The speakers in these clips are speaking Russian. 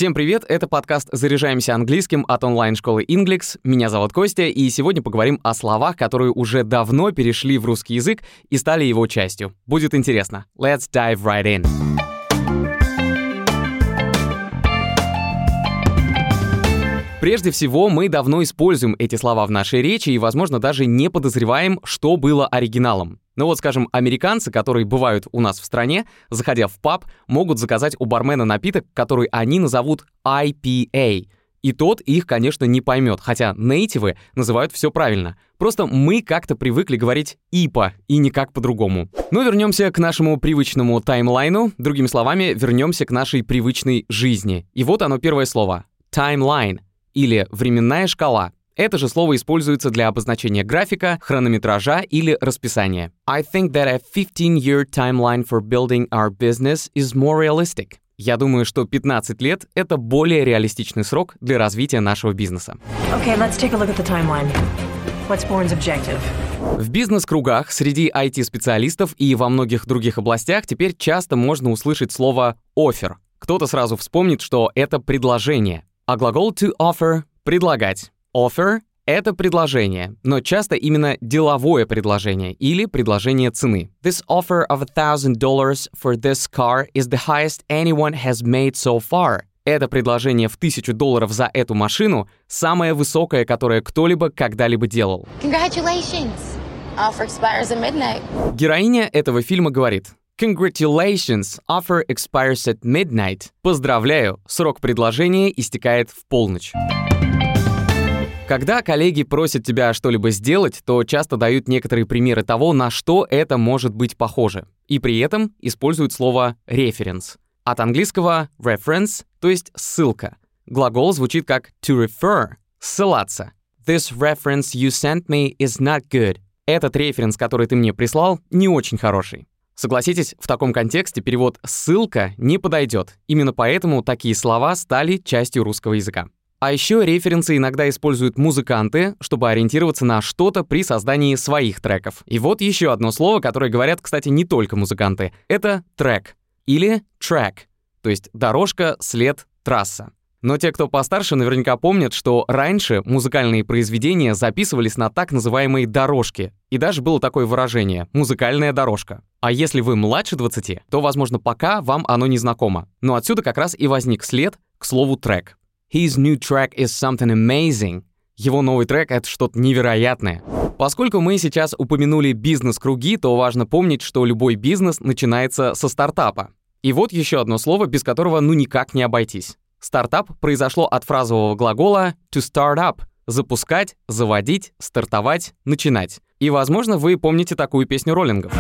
Всем привет, это подкаст «Заряжаемся английским» от онлайн-школы Inglix. Меня зовут Костя, и сегодня поговорим о словах, которые уже давно перешли в русский язык и стали его частью. Будет интересно. Let's dive right in. Прежде всего, мы давно используем эти слова в нашей речи и, возможно, даже не подозреваем, что было оригиналом. Ну вот, скажем, американцы, которые бывают у нас в стране, заходя в паб, могут заказать у бармена напиток, который они назовут IPA. И тот их, конечно, не поймет, хотя нейтивы называют все правильно. Просто мы как-то привыкли говорить IPA и никак по-другому. Но вернемся к нашему привычному таймлайну. Другими словами, вернемся к нашей привычной жизни. И вот оно первое слово. Timeline. Или временная шкала. Это же слово используется для обозначения графика, хронометража или расписания. I think that a 15-year timeline for building our business is more realistic. Я думаю, что 15 лет — это более реалистичный срок для развития нашего бизнеса. Okay, let's take a look at the timeline. What's Bourne's objective? В бизнес-кругах, среди IT-специалистов и во многих других областях теперь часто можно услышать слово «offer». Кто-то сразу вспомнит, что это предложение. А глагол to offer — предлагать. Offer — это предложение, но часто именно деловое предложение или предложение цены. This offer of $1,000 for this car is the highest anyone has made so far. Это предложение в $1000 за эту машину самое высокое, которое кто-либо когда-либо делал. Congratulations! Offer expires at midnight. Героиня этого фильма говорит: Congratulations, offer expires at midnight. Поздравляю, срок предложения истекает в полночь. Когда коллеги просят тебя что-либо сделать, то часто дают некоторые примеры того, на что это может быть похоже. И при этом используют слово reference. От английского reference, то есть ссылка. Глагол звучит как to refer, ссылаться. This reference you sent me is not good. Этот референс, который ты мне прислал, не очень хороший. Согласитесь, в таком контексте перевод «ссылка» не подойдет. Именно поэтому такие слова стали частью русского языка. А еще референсы иногда используют музыканты, чтобы ориентироваться на что-то при создании своих треков. И вот еще одно слово, которое говорят, кстати, не только музыканты. Это трек или track, то есть дорожка, след, трасса. Но те, кто постарше, наверняка помнят, что раньше музыкальные произведения записывались на так называемые дорожки. И даже было такое выражение — «музыкальная дорожка». А если вы младше 20, то, возможно, пока вам оно не знакомо. Но отсюда как раз и возник след к слову «трек». His new track is something amazing. Его новый трек — это что-то невероятное. Поскольку мы сейчас упомянули бизнес-круги, то важно помнить, что любой бизнес начинается со стартапа. И вот еще одно слово, без которого никак не обойтись. Стартап произошло от фразового глагола to start up — запускать, заводить, стартовать, начинать. И, возможно, вы помните такую песню роллингов.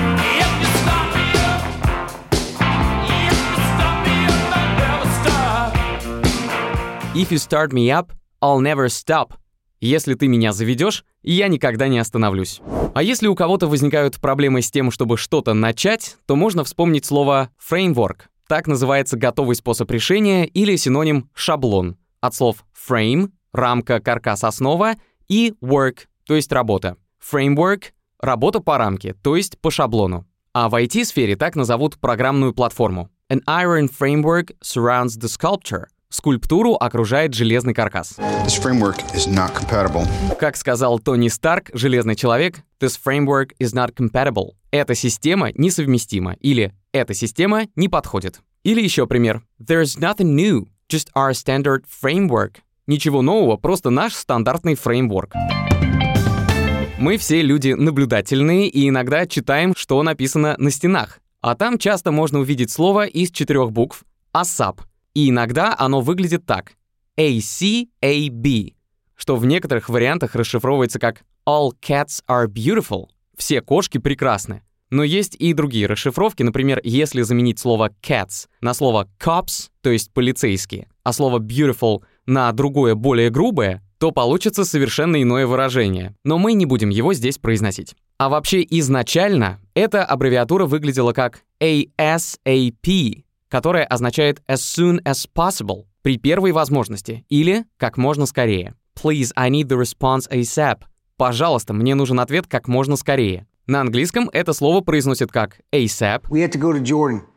If you start me up, I'll never stop. Если ты меня заведешь, я никогда не остановлюсь. А если у кого-то возникают проблемы с тем, чтобы что-то начать, то можно вспомнить слово framework. Так называется готовый способ решения или синоним шаблон. От слов frame — рамка, каркас, основа, и work, то есть работа. Framework — работа по рамке, то есть по шаблону. А в IT-сфере так назовут программную платформу. An iron framework surrounds the sculpture. Скульптуру окружает железный каркас. This framework is not compatible. Как сказал Тони Старк, железный человек, this framework is not compatible. Эта система несовместима, или эта система не подходит. Или еще пример. There's nothing new, just our standard framework. Ничего нового, просто наш стандартный фреймворк. Мы все люди наблюдательные и иногда читаем, что написано на стенах. А там часто можно увидеть слово из 4 букв ASAP. И иногда оно выглядит так — ACAB, что в некоторых вариантах расшифровывается как All cats are beautiful. Все кошки прекрасны. Но есть и другие расшифровки, например, если заменить слово cats на слово cops, то есть полицейские, а слово beautiful на другое, более грубое, то получится совершенно иное выражение. Но мы не будем его здесь произносить. А вообще изначально эта аббревиатура выглядела как ASAP, которое означает as soon as possible, при первой возможности, или как можно скорее. Please, I need the response ASAP. Пожалуйста, мне нужен ответ как можно скорее. На английском это слово произносят как ASAP. We had to go to Jordan.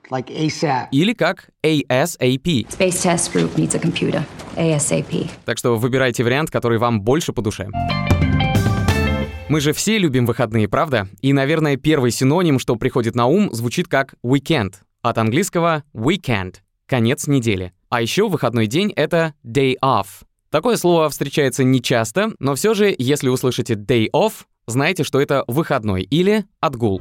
like ASAP. Или как ASAP. Space Test Group needs a computer. ASAP. Так что выбирайте вариант, который вам больше по душе. Мы же все любим выходные, правда? И, наверное, первый синоним, что приходит на ум, звучит как weekend. От английского weekend — конец недели. А еще выходной день — это day off. Такое слово встречается нечасто, но все же, если услышите day off, знаете, что это выходной или отгул.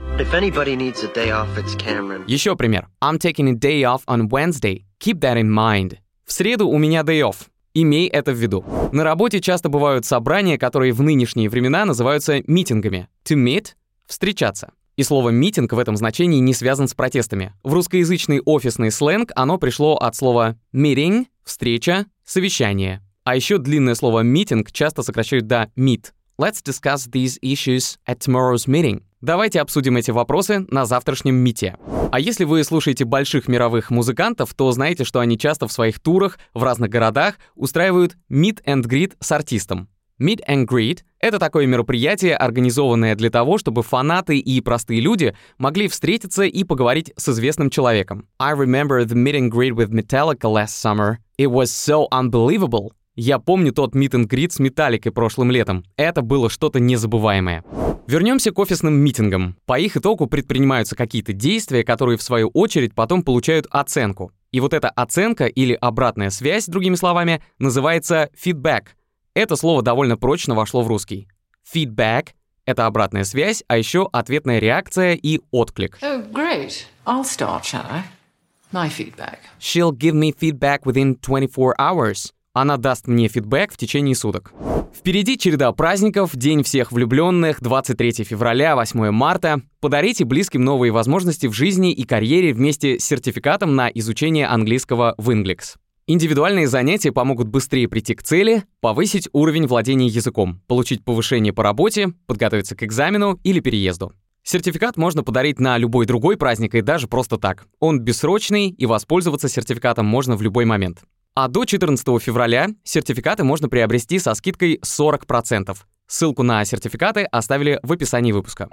Еще пример. I'm taking a day off on Wednesday. Keep that in mind. В среду у меня day off. Имей это в виду. На работе часто бывают собрания, которые в нынешние времена называются митингами. To meet — встречаться. И слово «митинг» в этом значении не связан с протестами. В русскоязычный офисный сленг оно пришло от слова meeting — встреча, совещание. А еще длинное слово «митинг» часто сокращают до meet. Let's discuss these issues at tomorrow's meeting. Давайте обсудим эти вопросы на завтрашнем мите. А если вы слушаете больших мировых музыкантов, то знаете, что они часто в своих турах в разных городах устраивают meet and greet с артистом. Meet and greet — это такое мероприятие, организованное для того, чтобы фанаты и простые люди могли встретиться и поговорить с известным человеком. I remember the meet and greet with Metallica last summer. It was so unbelievable. Я помню тот meet and greet с Металликой прошлым летом. Это было что-то незабываемое. Вернемся к офисным митингам. По их итогу предпринимаются какие-то действия, которые в свою очередь потом получают оценку. И вот эта оценка или обратная связь, другими словами, называется feedback. Это слово довольно прочно вошло в русский. Feedback — это обратная связь, а еще ответная реакция и отклик. Oh, great. I'll start, shall I? My feedback. She'll give me feedback within 24 hours. Она даст мне фидбэк в течение суток. Впереди череда праздников, День всех влюбленных, 23 февраля, 8 марта. Подарите близким новые возможности в жизни и карьере вместе с сертификатом на изучение английского в Inglix. Индивидуальные занятия помогут быстрее прийти к цели, повысить уровень владения языком, получить повышение по работе, подготовиться к экзамену или переезду. Сертификат можно подарить на любой другой праздник и даже просто так. Он бессрочный, и воспользоваться сертификатом можно в любой момент. А до 14 февраля сертификаты можно приобрести со скидкой 40%. Ссылку на сертификаты оставили в описании выпуска.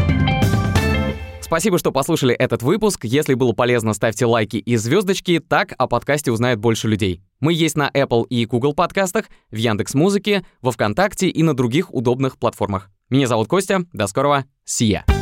Спасибо, что послушали этот выпуск. Если было полезно, ставьте лайки и звездочки, так о подкасте узнает больше людей. Мы есть на Apple и Google подкастах, в Яндекс.Музыке, во Вконтакте и на других удобных платформах. Меня зовут Костя. До скорого. See ya.